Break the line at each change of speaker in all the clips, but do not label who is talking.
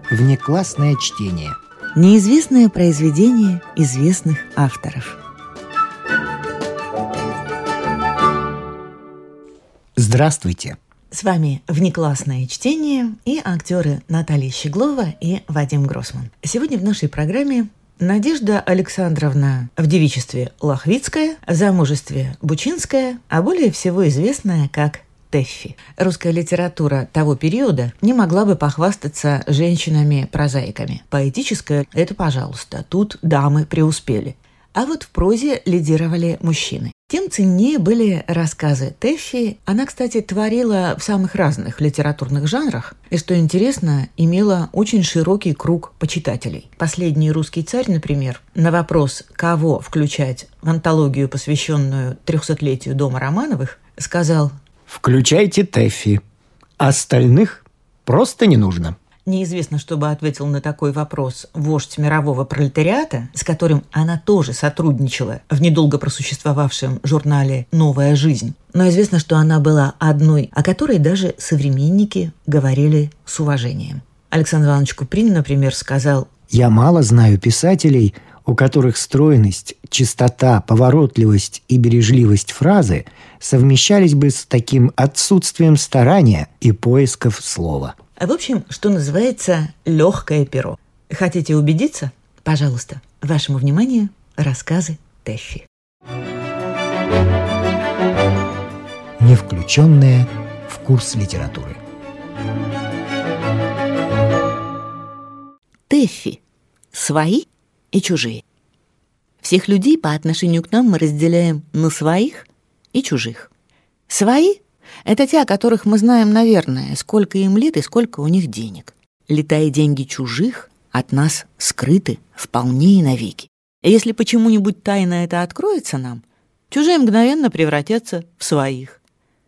Внеклассное чтение.
Неизвестное произведение известных авторов.
Здравствуйте!
С вами «Внеклассное чтение» и актеры Наталья Щеглова и Вадим Гроссман. Сегодня в нашей программе Надежда Александровна в девичестве Лохвицкая, в замужестве Бучинская, а более всего известная как Тэффи. Русская литература того периода не могла бы похвастаться женщинами-прозаиками. Поэтическая – это пожалуйста, тут дамы преуспели. А вот в прозе лидировали мужчины. Тем ценнее были рассказы Тэффи. Она, кстати, творила в самых разных литературных жанрах, и, что интересно, имела очень широкий круг почитателей. Последний русский царь, например, на вопрос, кого включать в антологию, посвященную 300-летию дома Романовых, сказал:
«Включайте Тэффи. Остальных просто не нужно».
Неизвестно, что бы ответил на такой вопрос вождь мирового пролетариата, с которым она тоже сотрудничала в недолго просуществовавшем журнале «Новая жизнь». Но известно, что она была одной, о которой даже современники говорили с уважением. Александр Иванович Куприн, например, сказал:
«Я мало знаю писателей, у которых стройность, чистота, поворотливость и бережливость фразы совмещались бы с таким отсутствием старания и поисков слова».
В общем, что называется, легкое перо. Хотите убедиться? Пожалуйста, вашему вниманию рассказы Тэффи.
Не включенные в курс литературы.
Тэффи. Свои и чужие. Всех людей по отношению к нам мы разделяем на своих и чужих. Свои — это те, о которых мы знаем, наверное, сколько им лет и сколько у них денег. Летая деньги чужих от нас скрыты вполне и навеки. И если почему-нибудь тайно это откроется нам, чужие мгновенно превратятся в своих.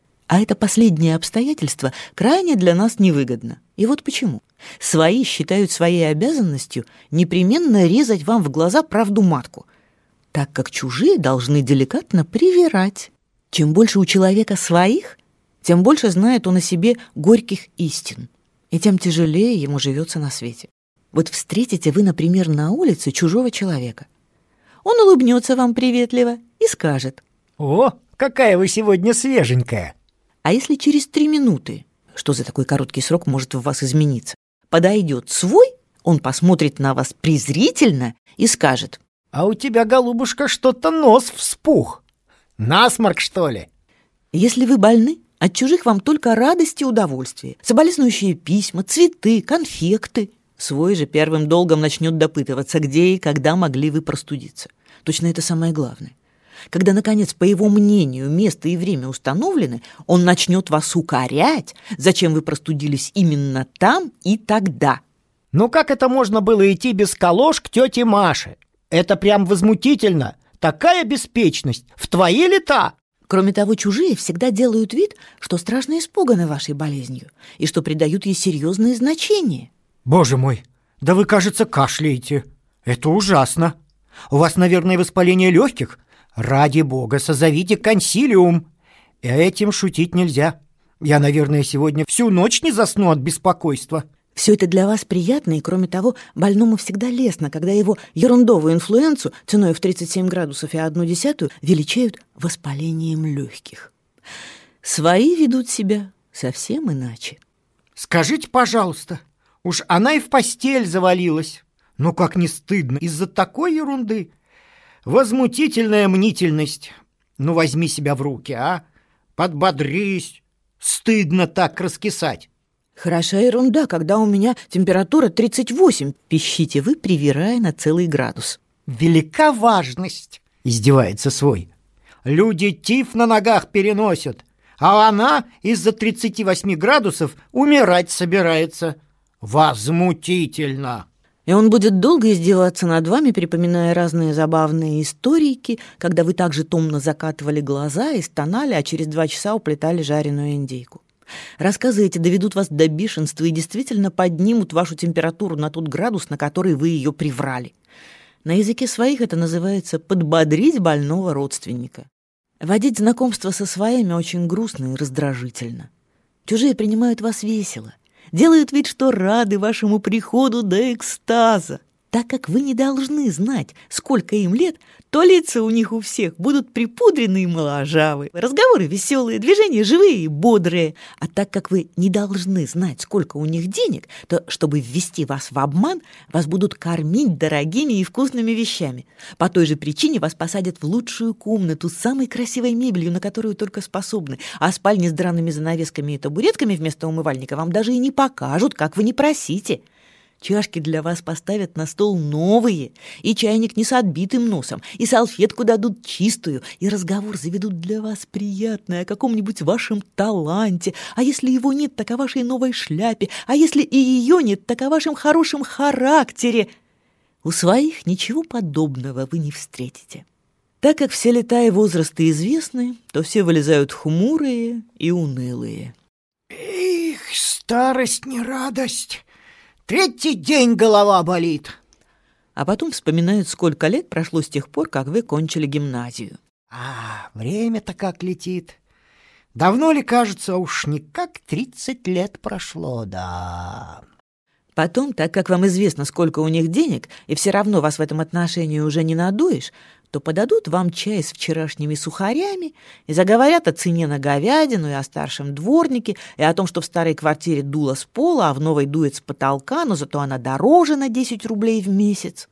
А это последнее обстоятельство крайне для нас невыгодно. И вот почему. Свои считают своей обязанностью непременно резать вам в глаза правду матку, так как чужие должны деликатно привирать. Чем больше у человека своих, тем больше знает он о себе горьких истин, и тем тяжелее ему живется на свете. Вот встретите вы, например, на улице чужого человека. Он улыбнется вам приветливо и скажет:
«О, какая вы сегодня свеженькая!»
А если через 3 минуты, что за такой короткий срок может в вас измениться, подойдет свой, он посмотрит на вас презрительно и скажет:
«А у тебя, голубушка, что-то нос вспух. Насморк, что ли?»
Если вы больны, от чужих вам только радость и удовольствие, соболезнующие письма, цветы, конфекты. Свой же первым долгом начнет допытываться, где и когда могли вы простудиться. Точно это самое главное. Когда, наконец, по его мнению, место и время установлены, он начнет вас укорять, зачем вы простудились именно там и тогда.
Ну как это можно было идти без калош к тете Маше? Это прям возмутительно. Такая беспечность в твои лета.
Кроме того, чужие всегда делают вид, что страшно испуганы вашей болезнью и что придают ей серьезное значение.
Боже мой, да вы, кажется, кашляете. Это ужасно. У вас, наверное, воспаление легких? Ради бога, созовите консилиум. И этим шутить нельзя. Я, наверное, сегодня всю ночь не засну от беспокойства.
Все это для вас приятно, и, кроме того, больному всегда лестно, когда его ерундовую инфлюенцию ценой в 37 градусов и 1/10 величают воспалением легких. Свои ведут себя совсем иначе.
Скажите, пожалуйста, уж она и в постель завалилась. Ну как не стыдно из-за такой ерунды? Возмутительная мнительность. Ну возьми себя в руки, а? Подбодрись. Стыдно так раскисать.
Хороша ерунда, когда у меня температура 38, пищите вы, привирая на целый градус.
Велика важность, издевается свой. Люди тиф на ногах переносят, а она из-за 38 градусов умирать собирается. Возмутительно.
И он будет долго издеваться над вами, припоминая разные забавные историки, когда вы также томно закатывали глаза и стонали, а через 2 часа уплетали жареную индейку. Рассказы эти доведут вас до бешенства и действительно поднимут вашу температуру на тот градус, на который вы ее приврали. На языке своих это называется «подбодрить больного родственника». Водить знакомство со своими очень грустно и раздражительно. Чужие принимают вас весело, делают вид, что рады вашему приходу до экстаза. Так как вы не должны знать, сколько им лет, то лица у них у всех будут припудрены и моложавы, разговоры веселые, движения живые и бодрые. А так как вы не должны знать, сколько у них денег, то, чтобы ввести вас в обман, вас будут кормить дорогими и вкусными вещами. По той же причине вас посадят в лучшую комнату с самой красивой мебелью, на которую только способны, а спальни с драными занавесками и табуретками вместо умывальника вам даже и не покажут, как вы не просите. Чашки для вас поставят на стол новые, и чайник не с отбитым носом, и салфетку дадут чистую, и разговор заведут для вас приятный о каком-нибудь вашем таланте, а если его нет, так о вашей новой шляпе, а если и ее нет, так о вашем хорошем характере. У своих ничего подобного вы не встретите. Так как все лета и возрасты известны, то все вылезают хмурые и унылые.
Эх, старость не радость. Третий день голова болит.
А потом вспоминают, сколько лет прошло с тех пор, как вы кончили гимназию.
А время-то как летит. Давно ли, кажется, уж никак 30 лет прошло, да.
Потом, так как вам известно, сколько у них денег, и все равно вас в этом отношении уже не надуешь, то подадут вам чай с вчерашними сухарями и заговорят о цене на говядину и о старшем дворнике, и о том, что в старой квартире дуло с пола, а в новой дует с потолка, но зато она дороже на 10 рублей в месяц.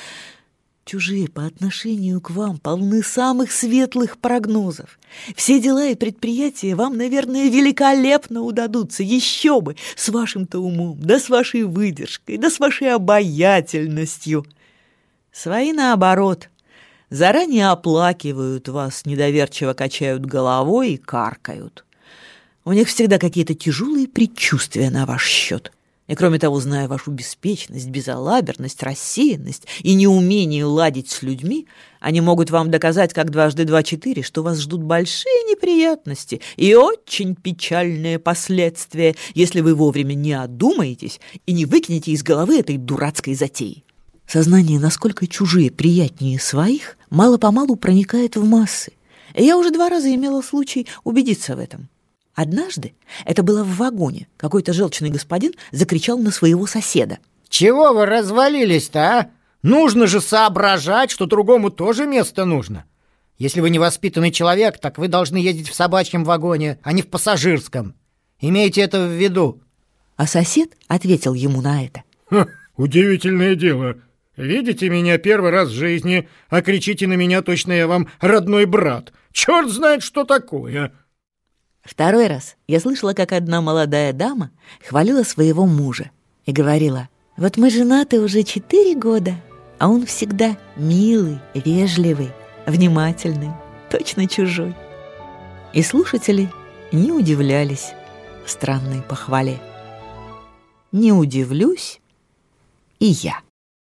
Чужие по отношению к вам полны самых светлых прогнозов. Все дела и предприятия вам, наверное, великолепно удадутся, еще бы, с вашим-то умом, да с вашей выдержкой, да с вашей обаятельностью. Свои, наоборот, заранее оплакивают вас, недоверчиво качают головой и каркают. У них всегда какие-то тяжелые предчувствия на ваш счет. И кроме того, зная вашу беспечность, безалаберность, рассеянность и неумение ладить с людьми, они могут вам доказать, как 2 × 2 = 4, что вас ждут большие неприятности и очень печальные последствия, если вы вовремя не одумаетесь и не выкинете из головы этой дурацкой затеи. Сознание, насколько чужие приятнее своих, мало-помалу проникает в массы. И я уже 2 раза имела случай убедиться в этом. Однажды, это было в вагоне, какой-то желчный господин закричал на своего соседа.
Чего вы развалились-то, а? Нужно же соображать, что другому тоже место нужно. Если вы невоспитанный человек, так вы должны ездить в собачьем вагоне, а не в пассажирском. Имейте это в виду.
А сосед ответил ему на это.
Удивительное дело. Видите меня первый раз в жизни, а кричите на меня, точно я вам родной брат. Черт знает, что такое.
2 раз я слышала, как одна молодая дама хвалила своего мужа и говорила: «Вот мы женаты уже 4 года, а он всегда милый, вежливый, внимательный, точно чужой». И слушатели не удивлялись странной похвале. Не удивлюсь и я.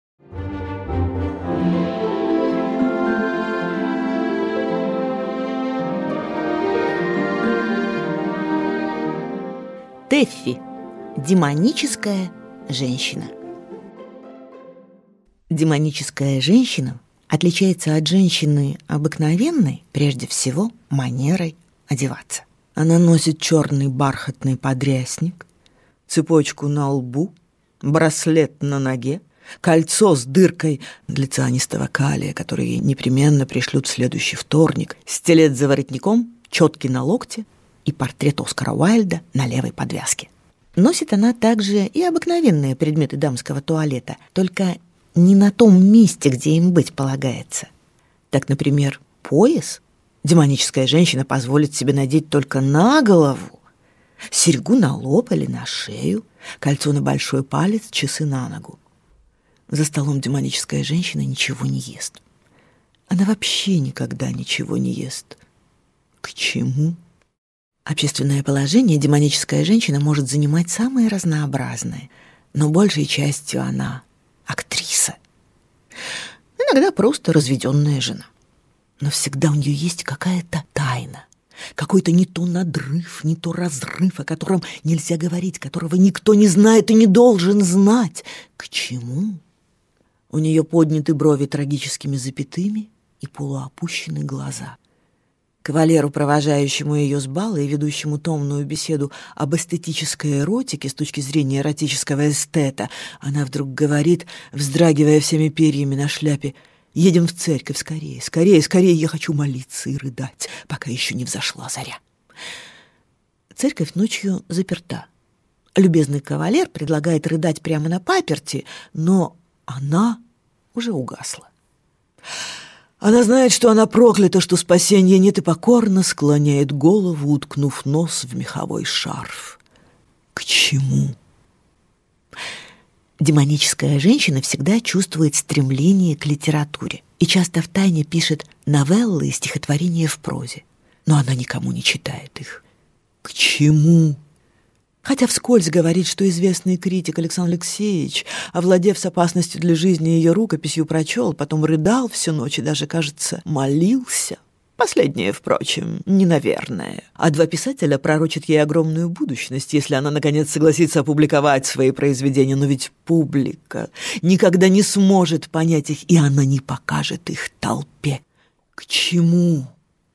Тэффи. Демоническая женщина. Демоническая женщина отличается от женщины обыкновенной прежде всего манерой одеваться. Она носит черный бархатный подрясник, цепочку на лбу, браслет на ноге, кольцо с дыркой для цианистого калия, который ей непременно пришлют в следующий вторник, стилет за воротником, четки на локте и портрет Оскара Уайльда на левой подвязке. Носит она также и обыкновенные предметы дамского туалета, только не на том месте, где им быть полагается. Так, например, пояс демоническая женщина позволит себе надеть только на голову, серьгу на лоб или на шею, кольцо на большой палец, часы на ногу. За столом демоническая женщина ничего не ест. Она вообще никогда ничего не ест. К чему? Общественное положение демоническая женщина может занимать самое разнообразное, но большей частью она актриса. Иногда просто разведенная жена. Но всегда у нее есть какая-то тайна, какой-то не то надрыв, не то разрыв, о котором нельзя говорить, которого никто не знает и не должен знать. К чему? У нее подняты брови трагическими запятыми и полуопущены глаза. Кавалеру, провожающему ее с бала и ведущему томную беседу об эстетической эротике с точки зрения эротического эстета, она вдруг говорит, вздрагивая всеми перьями на шляпе: «Едем в церковь, скорее, скорее, скорее, я хочу молиться и рыдать, пока еще не взошла заря». Церковь ночью заперта. Любезный кавалер предлагает рыдать прямо на паперти, но она уже угасла. Она знает, что она проклята, что спасения нет, и покорно склоняет голову, уткнув нос в меховой шарф. К чему? Демоническая женщина всегда чувствует стремление к литературе и часто втайне пишет новеллы и стихотворения в прозе, но она никому не читает их. К чему? Хотя вскользь говорит, что известный критик Александр Алексеевич, овладев с опасностью для жизни ее рукописью, прочел, потом рыдал всю ночь и даже, кажется, молился. Последнее, впрочем, не наверное. А два писателя пророчат ей огромную будущность, если она, наконец, согласится опубликовать свои произведения. Но ведь публика никогда не сможет понять их, и она не покажет их толпе. К чему?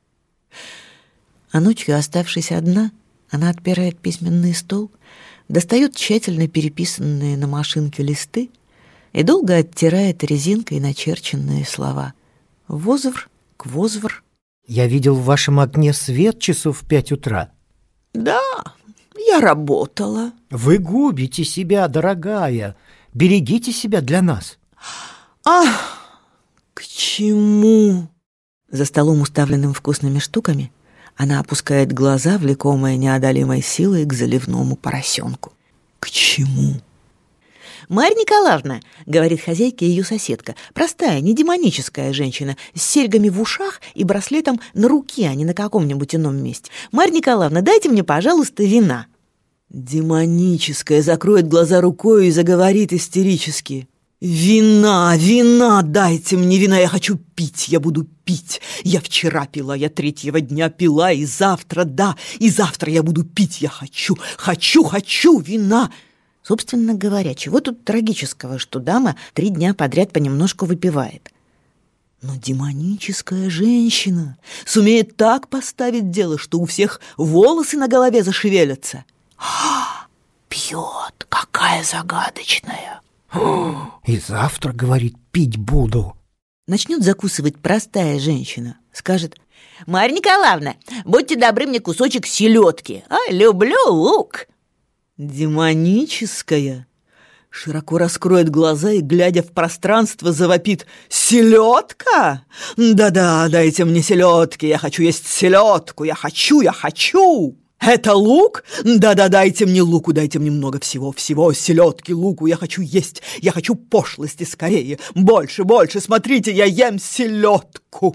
А ночью, оставшись одна, она отпирает письменный стол, достает тщательно переписанные на машинке листы и долго оттирает резинкой начерченные слова. «Возвр, квозвр».
Я видел в вашем окне свет часов в 5 утра.
Да, я работала.
Вы губите себя, дорогая. Берегите себя для нас.
Ах, к чему? За столом, уставленным вкусными штуками, она опускает глаза, влекомая неодолимой силой к заливному поросенку. К чему? «Марья Николаевна», — говорит хозяйке ее соседка, простая, не демоническая женщина, с серьгами в ушах и браслетом на руке, а не на каком-нибудь ином месте. «Марья Николаевна, дайте мне, пожалуйста, вина». Демоническая закроет глаза рукой и заговорит истерически. «Вина, вина, дайте мне вина, я хочу пить, я буду пить. Я вчера пила, я 3-го дня пила, и завтра, да, и завтра я буду пить, я хочу вина». Собственно говоря, чего тут трагического, что дама 3 дня подряд понемножку выпивает? Но демоническая женщина сумеет так поставить дело, что у всех волосы на голове зашевелятся. Пьет, какая загадочная.
И завтра, говорит, пить буду.
Начнет закусывать простая женщина. Скажет: «Марья Николаевна, будьте добры, мне кусочек селедки. Люблю лук». Демоническая широко раскроет глаза и, глядя в пространство, завопит: «Селедка? Да-да, дайте мне селедки, я хочу есть селедку, я хочу! Это лук? Да-да, дайте мне луку, дайте мне много всего, селедки, луку, я хочу есть, я хочу пошлости скорее, больше, смотрите, я ем селедку!»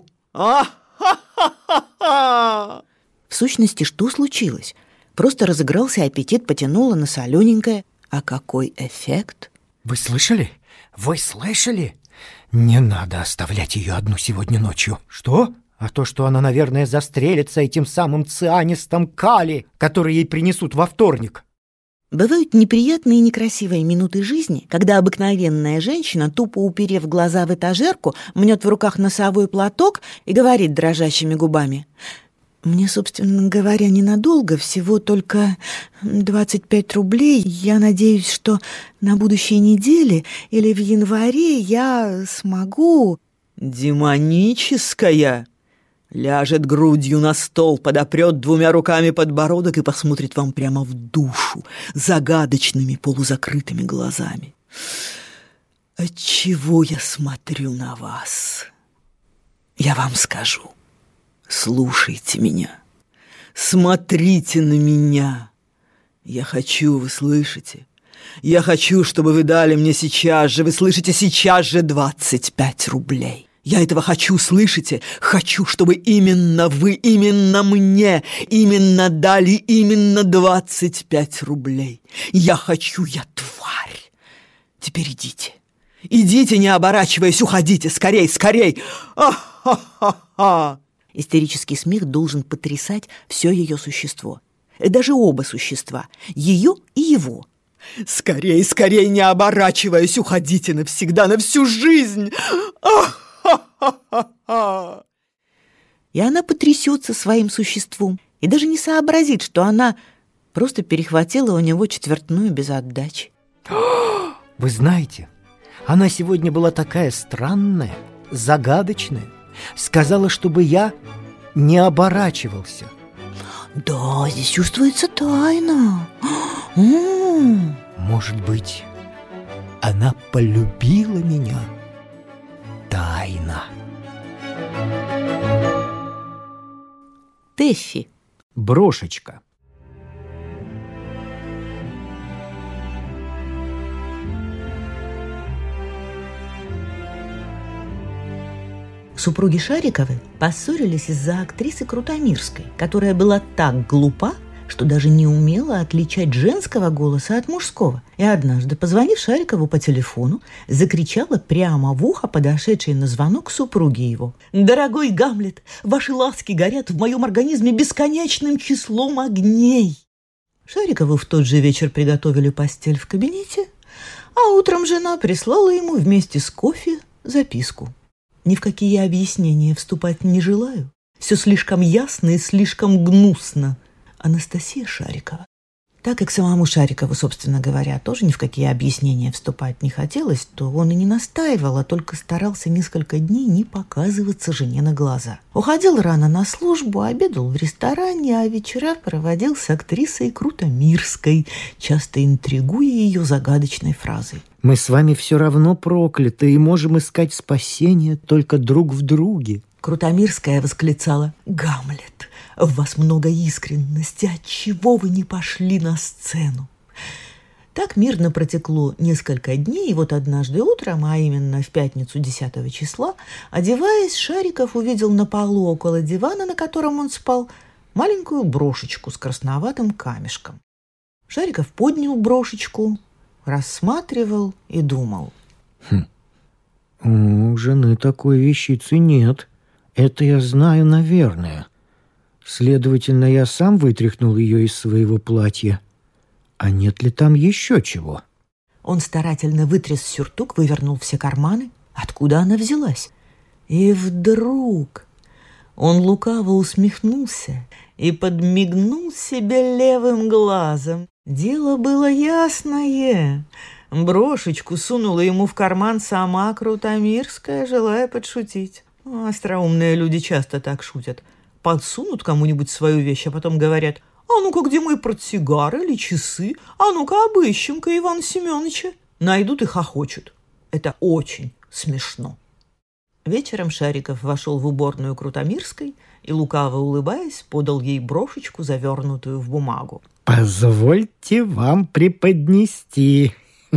В сущности, что случилось? Просто разыгрался аппетит, потянуло на солененькое. А какой эффект?
Вы слышали? Вы слышали? Не надо оставлять ее одну сегодня ночью. Что? А то, что она, наверное, застрелится этим самым цианистом кали, который ей принесут во вторник.
Бывают неприятные и некрасивые минуты жизни, когда обыкновенная женщина, тупо уперев глаза в этажерку, мнет в руках носовой платок и говорит дрожащими губами: «Мне, собственно говоря, ненадолго, всего только 25 рублей. Я надеюсь, что на будущей неделе или в январе я смогу». Демоническая ляжет грудью на стол, подопрет 2 руками подбородок и посмотрит вам прямо в душу загадочными полузакрытыми глазами. «Отчего я смотрю на вас? Я вам скажу. Слушайте меня, смотрите на меня. Я хочу, вы слышите? Я хочу, чтобы вы дали мне сейчас же, вы слышите, сейчас же 25 рублей. Я этого хочу, слышите? Хочу, чтобы именно вы, именно мне, именно дали именно 25 рублей. Я хочу, я тварь. Теперь идите. Идите, не оборачиваясь, уходите, скорей, скорей. Ах-ха-ха-ха!» Истерический смех должен потрясать все ее существо. Даже оба существа, ее и его. «Скорей, скорей, не оборачиваясь, уходите навсегда, на всю жизнь! Ах-ха-ха-ха-ха!» и она потрясется своим существом и даже не сообразит, что она просто перехватила у него четвертную без отдачи.
Вы знаете, она сегодня была такая странная, загадочная. Сказала, чтобы я не оборачивался.
Да, здесь чувствуется тайна.
Может быть, она полюбила меня? Тайна.
Тэффи.
Брошечка.
Супруги Шариковы поссорились из-за актрисы Крутомирской, которая была так глупа, что даже не умела отличать женского голоса от мужского. И однажды, позвонив Шарикову по телефону, закричала прямо в ухо подошедшей на звонок супруги его: «Дорогой Гамлет, ваши ласки горят в моем организме бесконечным числом огней!» Шарикову в тот же вечер приготовили постель в кабинете, а утром жена прислала ему вместе с кофе записку: «Ни в какие объяснения вступать не желаю. Все слишком ясно и слишком гнусно. Анастасия Шарикова». Так как самому Шарикову, собственно говоря, тоже ни в какие объяснения вступать не хотелось, то он и не настаивал, а только старался несколько дней не показываться жене на глаза. Уходил рано на службу, обедал в ресторане, а вечера проводил с актрисой Крутомирской, часто интригуя ее загадочной фразой:
«Мы с вами все равно прокляты и можем искать спасение только друг в друге».
Крутомирская восклицала: «Гамлет, в вас много искренности, отчего вы не пошли на сцену?» Так мирно протекло несколько дней, и вот однажды утром, а именно в пятницу 10 числа, одеваясь, Шариков увидел на полу около дивана, на котором он спал, маленькую брошечку с красноватым камешком. Шариков поднял брошечку, рассматривал и думал:
У жены такой вещицы нет. Это я знаю, наверное. Следовательно, я сам вытряхнул ее из своего платья. А нет ли там еще чего?
Он старательно вытряс сюртук, вывернул все карманы. Откуда она взялась? И вдруг он лукаво усмехнулся и подмигнул себе левым глазом. Дело было ясное. Брошечку сунула ему в карман сама Крутомирская, желая подшутить. Остроумные люди часто так шутят. Подсунут кому-нибудь свою вещь, а потом говорят: «А ну-ка, где мой портсигар или часы? А ну-ка, обыщем-ка Ивана Семеновича». Найдут и хохочут. Это очень смешно. Вечером Шариков вошел в уборную Крутомирской и, лукаво улыбаясь, подал ей брошечку, завернутую в бумагу.
«Позвольте вам преподнести».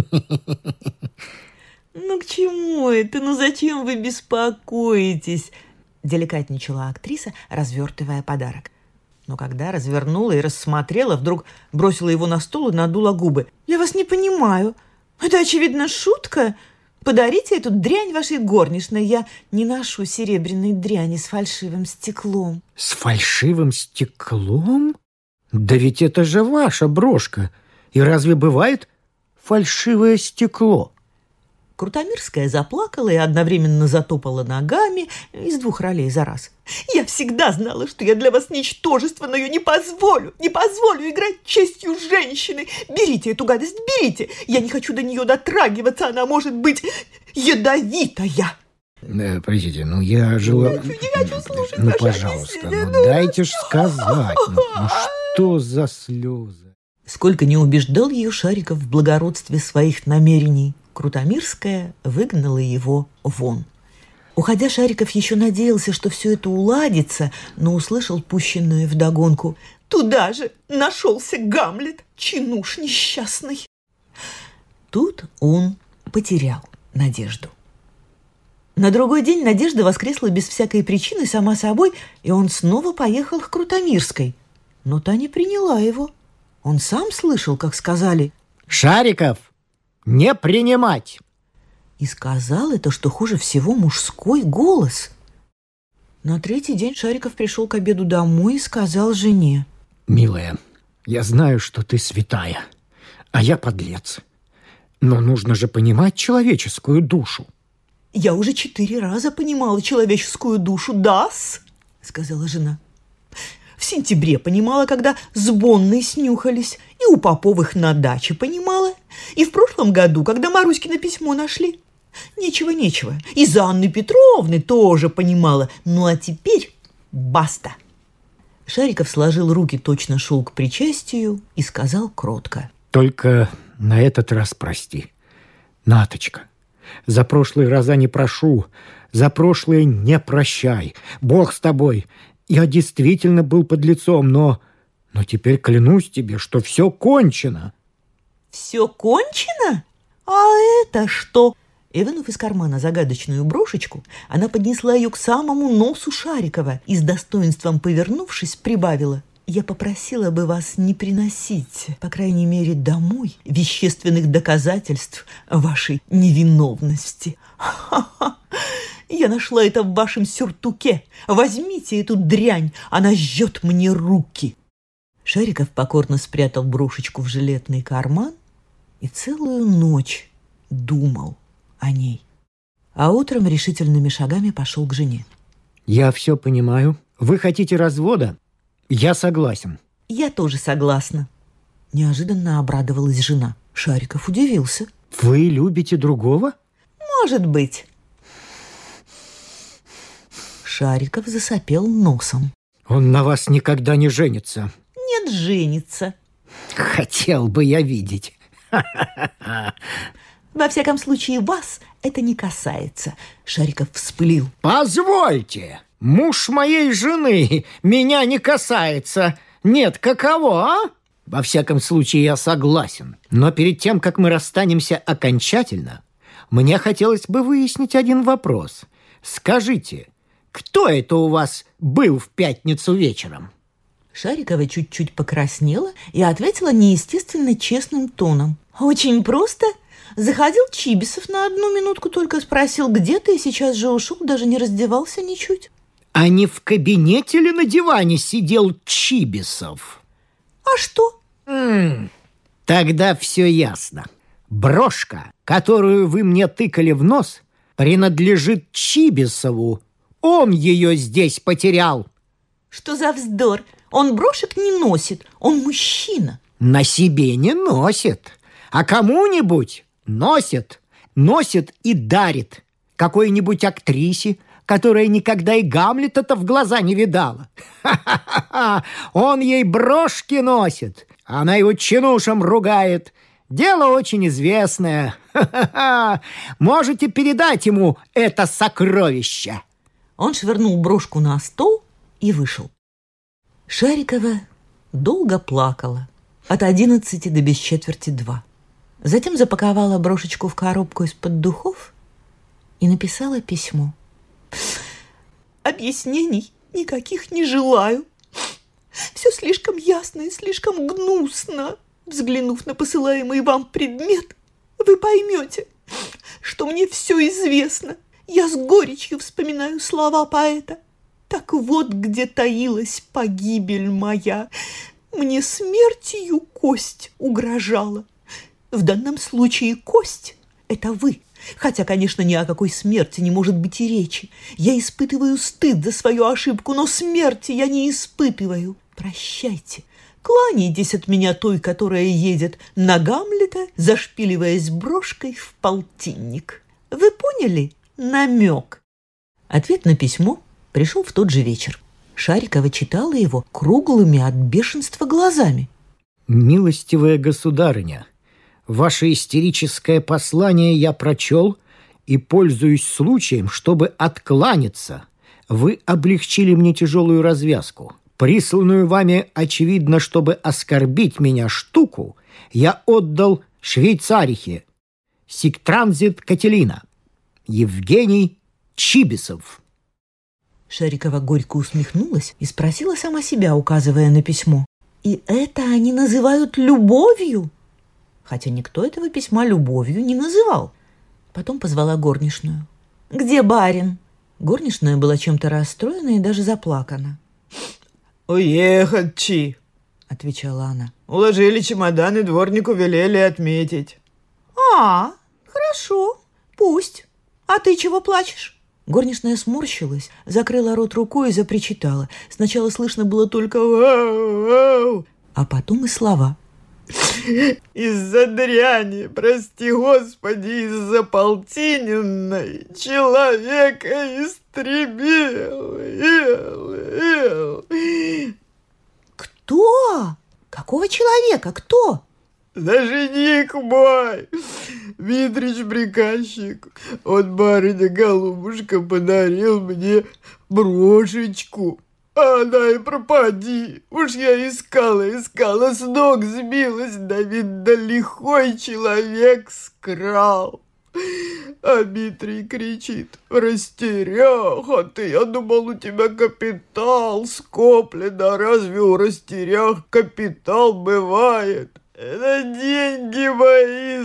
«Ну к чему это? Ну зачем вы беспокоитесь?» — деликатничала актриса, развертывая подарок. Но когда развернула и рассмотрела, вдруг бросила его на стол и надула губы. «Я вас не понимаю. Это, очевидно, шутка. Подарите эту дрянь вашей горничной. Я не ношу серебряной дряни с фальшивым стеклом».
«С фальшивым стеклом? Да ведь это же ваша брошка. И разве бывает фальшивое стекло?»
Крутомирская заплакала и одновременно затопала ногами из двух ролей за раз. «Я всегда знала, что я для вас ничтожество, но я не позволю играть честью женщины. Берите эту гадость, берите. Я не хочу до нее дотрагиваться, она может быть ядовитая».
Простите, я желаю...
Не хочу слушать.
Пожалуйста, дайте ж сказать. Что за слезы?
Сколько не убеждал ее Шариков в благородстве своих намерений, Крутомирская выгнала его вон. Уходя, Шариков еще надеялся, что все это уладится, но услышал пущенное вдогонку: «Туда же нашелся Гамлет, чинуш несчастный». Тут он потерял надежду. На другой день надежда воскресла без всякой причины сама собой, и он снова поехал к Крутомирской. Но та не приняла его. Он сам слышал, как сказали:
«Шариков, не принимать!»
И сказал это, что хуже всего, мужской голос. На третий день Шариков пришел к обеду домой и сказал жене:
«Милая, я знаю, что ты святая, а я подлец. Но нужно же понимать человеческую душу».
«Я уже 4 раза понимала человеческую душу, да-с»,
сказала жена. В сентябре понимала, когда с Бонной снюхались, и у Поповых на даче понимала, и в прошлом году, когда Маруськино письмо нашли. Нечего, и за Анны Петровны тоже понимала. Ну а теперь баста. Шариков сложил руки, точно шел к причастию, и сказал кротко:
только на этот раз прости, Наточка. За прошлые раза не прошу, за прошлое не прощай. Бог с тобой. Я действительно был подлецом, но теперь клянусь тебе, что все кончено.
Все кончено? А это что? И, вынув из кармана загадочную брошечку, она поднесла ее к самому носу Шарикова и с достоинством повернувшись, прибавила: я попросила бы вас не приносить, по крайней мере, домой вещественных доказательств вашей невиновности. Ха-ха! Я нашла это в вашем сюртуке. Возьмите эту дрянь, она жжет мне руки. Шариков покорно спрятал брошечку в жилетный карман и целую ночь думал о ней. А утром решительными шагами пошел к жене.
Я все понимаю. Вы хотите развода? Я согласен.
Я тоже согласна. Неожиданно обрадовалась жена. Шариков удивился.
Вы любите другого?
Может быть. Шариков засопел носом.
Он на вас никогда не женится.
Нет, женится.
Хотел бы я видеть.
Во всяком случае, вас это не касается. Шариков вспылил.
Позвольте, муж моей жены меня не касается. Нет, каково, а?
Во всяком случае, я согласен. Но перед тем, как мы расстанемся окончательно, мне хотелось бы выяснить один вопрос. Скажите, кто это у вас был в пятницу вечером?
Шарикова чуть-чуть покраснела и ответила неестественно честным тоном. Очень просто. Заходил Чибисов на 1 минутку, только спросил, где ты, и сейчас же ушел, даже не раздевался ничуть.
А не в кабинете ли на диване сидел Чибисов?
А что?
Тогда все ясно. Брошка, которую вы мне тыкали в нос, принадлежит Чибисову. Он ее здесь потерял.
Что за вздор? Он брошек не носит, он мужчина.
На себе не носит, а кому-нибудь носит. Носит и дарит какой-нибудь актрисе, которая никогда и Гамлета-то в глаза не видала. Ха-ха-ха! Он ей брошки носит, она его чинушем ругает. Дело очень известное. Ха-ха-ха! Можете передать ему это сокровище.
Он швырнул брошку на стол и вышел. Шарикова долго плакала от 11 до без четверти 2. Затем запаковала брошечку в коробку из-под духов и написала письмо. Объяснений никаких не желаю. Все слишком ясно и слишком гнусно. Взглянув на посылаемый вам предмет, вы поймете, что мне все известно. Я с горечью вспоминаю слова поэта. Так вот, где таилась погибель моя. Мне смертью кость угрожала. В данном случае кость – это вы. Хотя, конечно, ни о какой смерти не может быть и речи. Я испытываю стыд за свою ошибку, но смерти я не испытываю. Прощайте. Кланяйтесь от меня той, которая едет на Гамлета, зашпиливаясь брошкой в полтинник. Вы поняли намек? Ответ на письмо пришел в тот же вечер. Шарикова читала его круглыми от бешенства глазами.
«Милостивая государыня, ваше истерическое послание я прочел и пользуюсь случаем, чтобы откланяться. Вы облегчили мне тяжелую развязку. Присланную вами, очевидно, чтобы оскорбить меня штуку, я отдал швейцарихе. Сиктранзит Кателина. Евгений Чибисов».
Шарикова горько усмехнулась и спросила сама себя, указывая на письмо. «И это они называют любовью?» Хотя никто этого письма любовью не называл. Потом позвала горничную. «Где барин?» Горничная была чем-то расстроена и даже заплакана.
«Уехать, Чи», — отвечала она. «Уложили чемодан и дворнику велели отметить».
«А, хорошо, пусть. А ты чего плачешь?»
Горничная сморщилась, закрыла рот рукой и запричитала. Сначала слышно было только «вау-вау», а потом и слова. «Из-за дряни, прости господи, из-за полтиненной человека истребил.
Кто? Какого человека? Кто?
Да жених мой, Митрич-приказчик, он, барыня-голубушка, подарил мне брошечку. А она и пропади. Уж я искала, с ног сбилась, да видно, лихой человек скрал. А Митрий кричит: растеряха ты, я думал, у тебя капитал скоплен, а разве у растерях капитал бывает? На деньги мои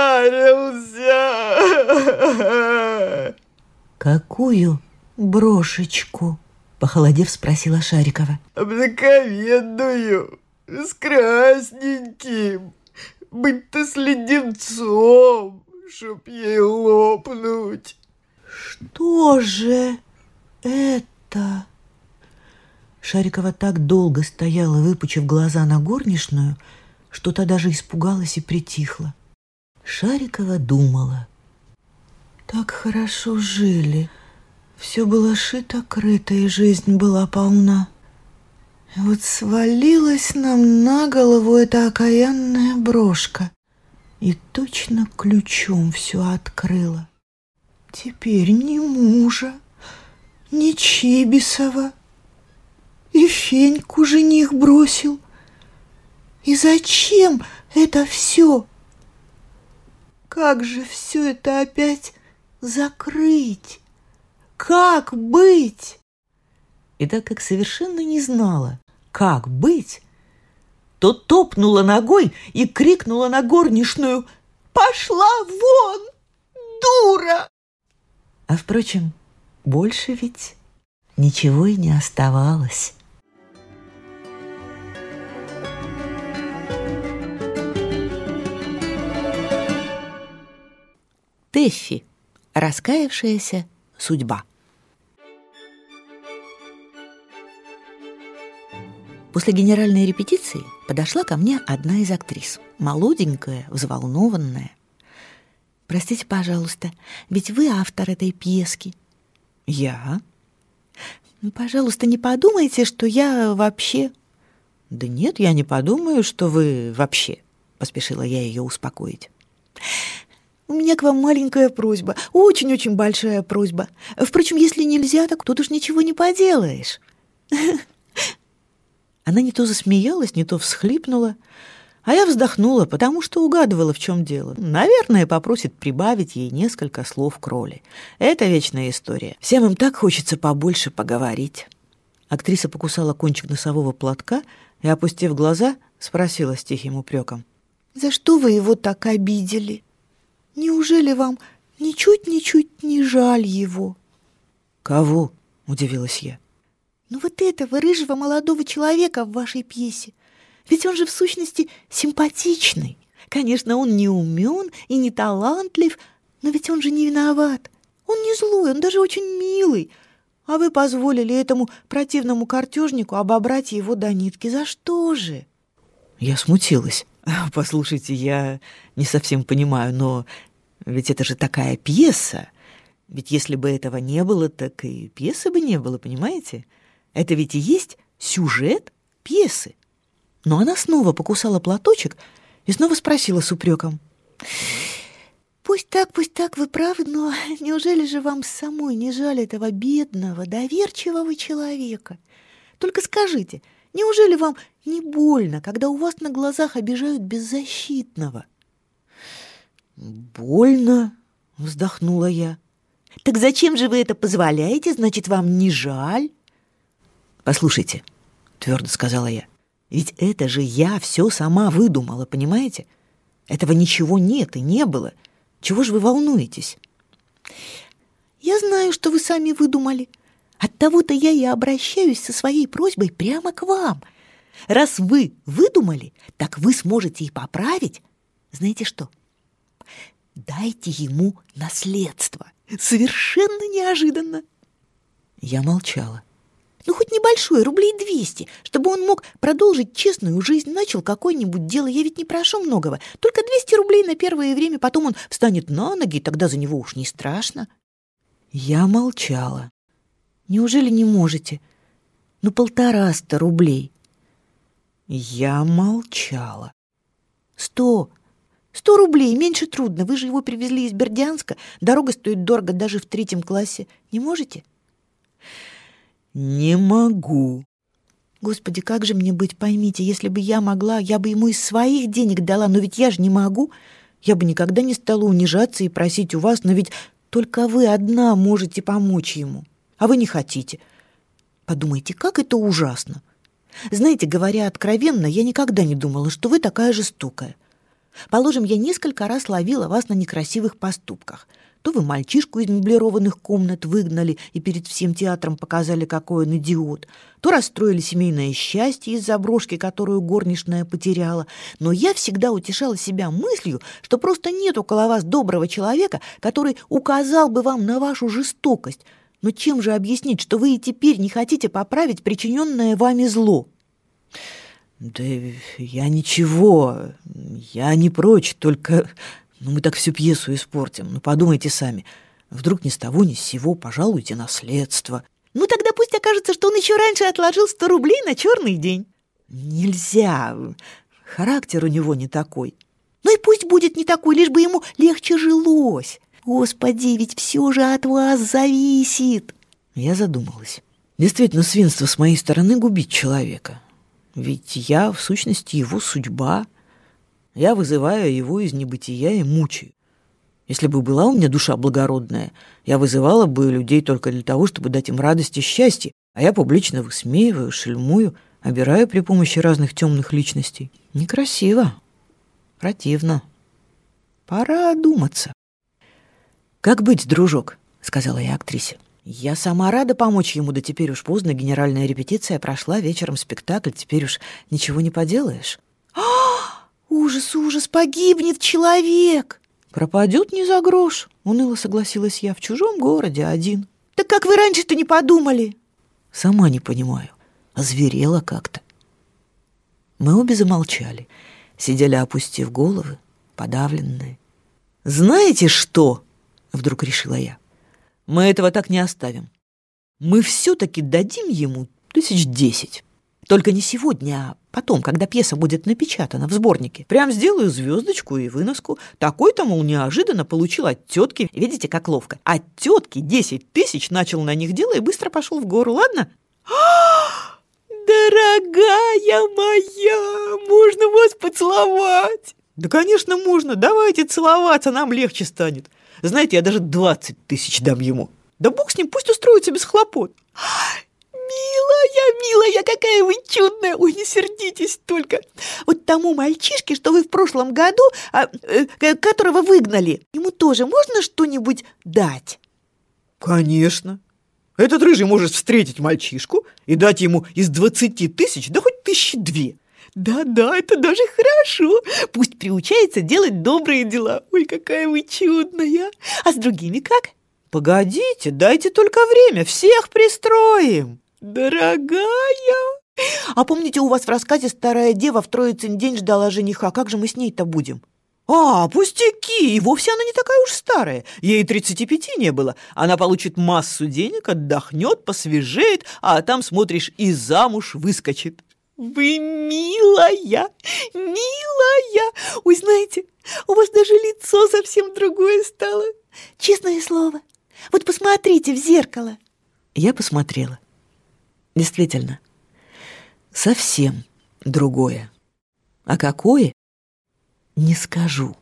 зарился. Какую брошечку? Похолодев, спросила Шарикова. Обыкновенную, с красненьким, быть-то с леденцом, чтоб ей лопнуть. Что же это? Шарикова так долго стояла, выпучив глаза на горничную, что та даже испугалась и притихла. Шарикова думала. Так хорошо жили. Все было шито-крыто, и жизнь была полна. И вот свалилась нам на голову эта окаянная брошка и точно ключом все открыла. Теперь ни мужа, ни Чибисова, и Феньку жених бросил. И зачем это все? Как же все это опять закрыть? Как быть? И так как совершенно не знала, как быть, то топнула ногой и крикнула на горничную: «Пошла вон, дура!» А впрочем, больше ведь ничего и не оставалось.
Тэффи. Раскаявшаяся судьба. После генеральной репетиции подошла ко мне одна из актрис, молоденькая, взволнованная. «Простите, пожалуйста, ведь вы автор этой пьески». «Я?» «Пожалуйста, не подумайте, что я вообще...» «Да нет, я не подумаю, что вы вообще», — поспешила я ее успокоить. «У меня к вам маленькая просьба, очень-очень большая просьба. Впрочем, если нельзя, так тут уж ничего не поделаешь». Она не то засмеялась, не то всхлипнула, а я вздохнула, потому что угадывала, в чем дело. Наверное, попросит прибавить ей несколько слов к роли. Это вечная история. Всем им так хочется побольше поговорить. Актриса покусала кончик носового платка и, опустив глаза, спросила с тихим упреком: «За что вы его так обидели? Неужели вам ничуть не жаль его?» «Кого?» — удивилась я. «Ну вот этого рыжего молодого человека в вашей пьесе. Ведь он же в сущности симпатичный. Конечно, он не умен и не талантлив, но ведь он же не виноват. Он не злой, он даже очень милый. А вы позволили этому противному картежнику обобрать его до нитки. За что же?» Я смутилась. «Послушайте, я не совсем понимаю, но ведь это же такая пьеса. Ведь если бы этого не было, так и пьесы бы не было, понимаете? Это ведь и есть сюжет пьесы». Но она снова покусала платочек и снова спросила с упреком: Пусть так, вы правы, но неужели же вам самой не жаль этого бедного, доверчивого человека? Только скажите, неужели вам не больно, когда у вас на глазах обижают беззащитного?» «Больно», — вздохнула я. «Так зачем же вы это позволяете? Значит, вам не жаль?» «Послушайте», — твердо сказала я, «ведь это же я все сама выдумала, понимаете? Этого ничего нет и не было. Чего же вы волнуетесь?» «Я знаю, что вы сами выдумали. Оттого-то я и обращаюсь со своей просьбой прямо к вам. Раз вы выдумали, так вы сможете и поправить. Знаете что? Дайте ему наследство. Совершенно неожиданно. Я молчала. Ну, хоть небольшое, рублей 200, чтобы он мог продолжить честную жизнь, начал какое-нибудь дело. Я ведь не прошу многого. Только 200 рублей на первое время, потом он встанет на ноги, и тогда за него уж не страшно. Я молчала. Неужели не можете? Ну, 150 рублей. Я молчала. 100 рублей, меньше трудно. Вы же его привезли из Бердянска. Дорога стоит дорого даже в 3 классе. Не можете? Не могу. Господи, как же мне быть, поймите, если бы я могла, я бы ему из своих денег дала, но ведь я же не могу. Я бы никогда не стала унижаться и просить у вас, но ведь только вы одна можете помочь ему, а вы не хотите. Подумайте, как это ужасно. Знаете, говоря откровенно, я никогда не думала, что вы такая жестокая. Положим, я несколько раз ловила вас на некрасивых поступках. То вы мальчишку из меблированных комнат выгнали и перед всем театром показали, какой он идиот, то расстроили семейное счастье из-за брошки, которую горничная потеряла. Но я всегда утешала себя мыслью, что просто нет около вас доброго человека, который указал бы вам на вашу жестокость. Но чем же объяснить, что вы и теперь не хотите поправить причиненное вами зло? Да я ничего, я не прочь, только... мы так всю пьесу испортим. Ну, подумайте сами. Вдруг ни с того ни с сего пожалуйте наследство. Ну, тогда пусть окажется, что он еще раньше отложил 100 рублей на черный день. Нельзя. Характер у него не такой. Ну и пусть будет не такой, лишь бы ему легче жилось. Господи, ведь все же от вас зависит. Я задумалась. Действительно, свинство с моей стороны губить человека. Ведь я, в сущности, его судьба. Я вызываю его из небытия и мучаю. Если бы была у меня душа благородная, я вызывала бы людей только для того, чтобы дать им радость и счастье, а я публично высмеиваю, шельмую, обираю при помощи разных темных личностей. Некрасиво. Противно. Пора одуматься. «Как быть, дружок?» — сказала я актрисе. «Я сама рада помочь ему, да теперь уж поздно, генеральная репетиция прошла, вечером спектакль, теперь уж ничего не поделаешь». «Ужас, ужас, погибнет человек!» «Пропадет не за грош», — уныло согласилась я, — «в чужом городе один». «Так как вы раньше-то не подумали?» «Сама не понимаю, озверела как-то». Мы обе замолчали, сидели, опустив головы, подавленные. «Знаете что?» — вдруг решила я. «Мы этого так не оставим. Мы все-таки дадим ему 1010. Только не сегодня, а потом, когда пьеса будет напечатана в сборнике. Прям сделаю звездочку и выноску. Такой-то, мол, неожиданно получил от тетки. Видите, как ловко. От тетки 10 000, начал на них дело и быстро пошел в гору, ладно?» «Дорогая моя, можно вас поцеловать?» «Да, конечно, можно. Давайте целоваться, нам легче станет. Знаете, я даже 20 000 дам ему. Да бог с ним, пусть устроится без хлопот». «Милая, какая вы чудная! Ой, не сердитесь только! Вот тому мальчишке, что вы в прошлом году, которого выгнали, ему тоже можно что-нибудь дать?» «Конечно. Этот рыжий может встретить мальчишку и дать ему из 20 000, да хоть 1002. Да, это даже хорошо. Пусть приучается делать добрые дела. Ой, какая вы чудная! А с другими как?» «Погодите, дайте только время, всех пристроим». «Дорогая!» «А помните, у вас в рассказе старая дева в Троицын день ждала жениха? Как же мы с ней-то будем?» Пустяки! И вовсе она не такая уж старая. Ей 35 не было. Она получит массу денег, отдохнет, посвежеет, а там, смотришь, и замуж выскочит». «Вы милая! Ой, знаете, у вас даже лицо совсем другое стало. Честное слово. Вот посмотрите в зеркало». Я посмотрела. Действительно, совсем другое. А какое? Не скажу.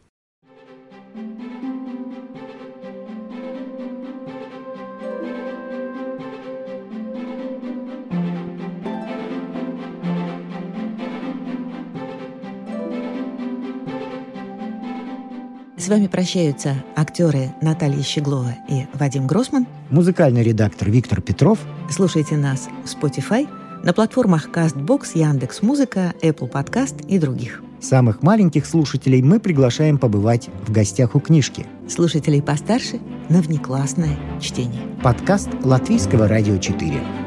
С вами прощаются актеры Наталья Щеглова и Вадим Гроссман.
Музыкальный редактор Виктор Петров.
Слушайте нас в Spotify, на платформах CastBox, Яндекс.Музыка, Apple Podcast и других.
Самых маленьких слушателей мы приглашаем побывать в гостях у книжки.
Слушателей постарше на внеклассное чтение.
Подкаст Латвийского радио 4.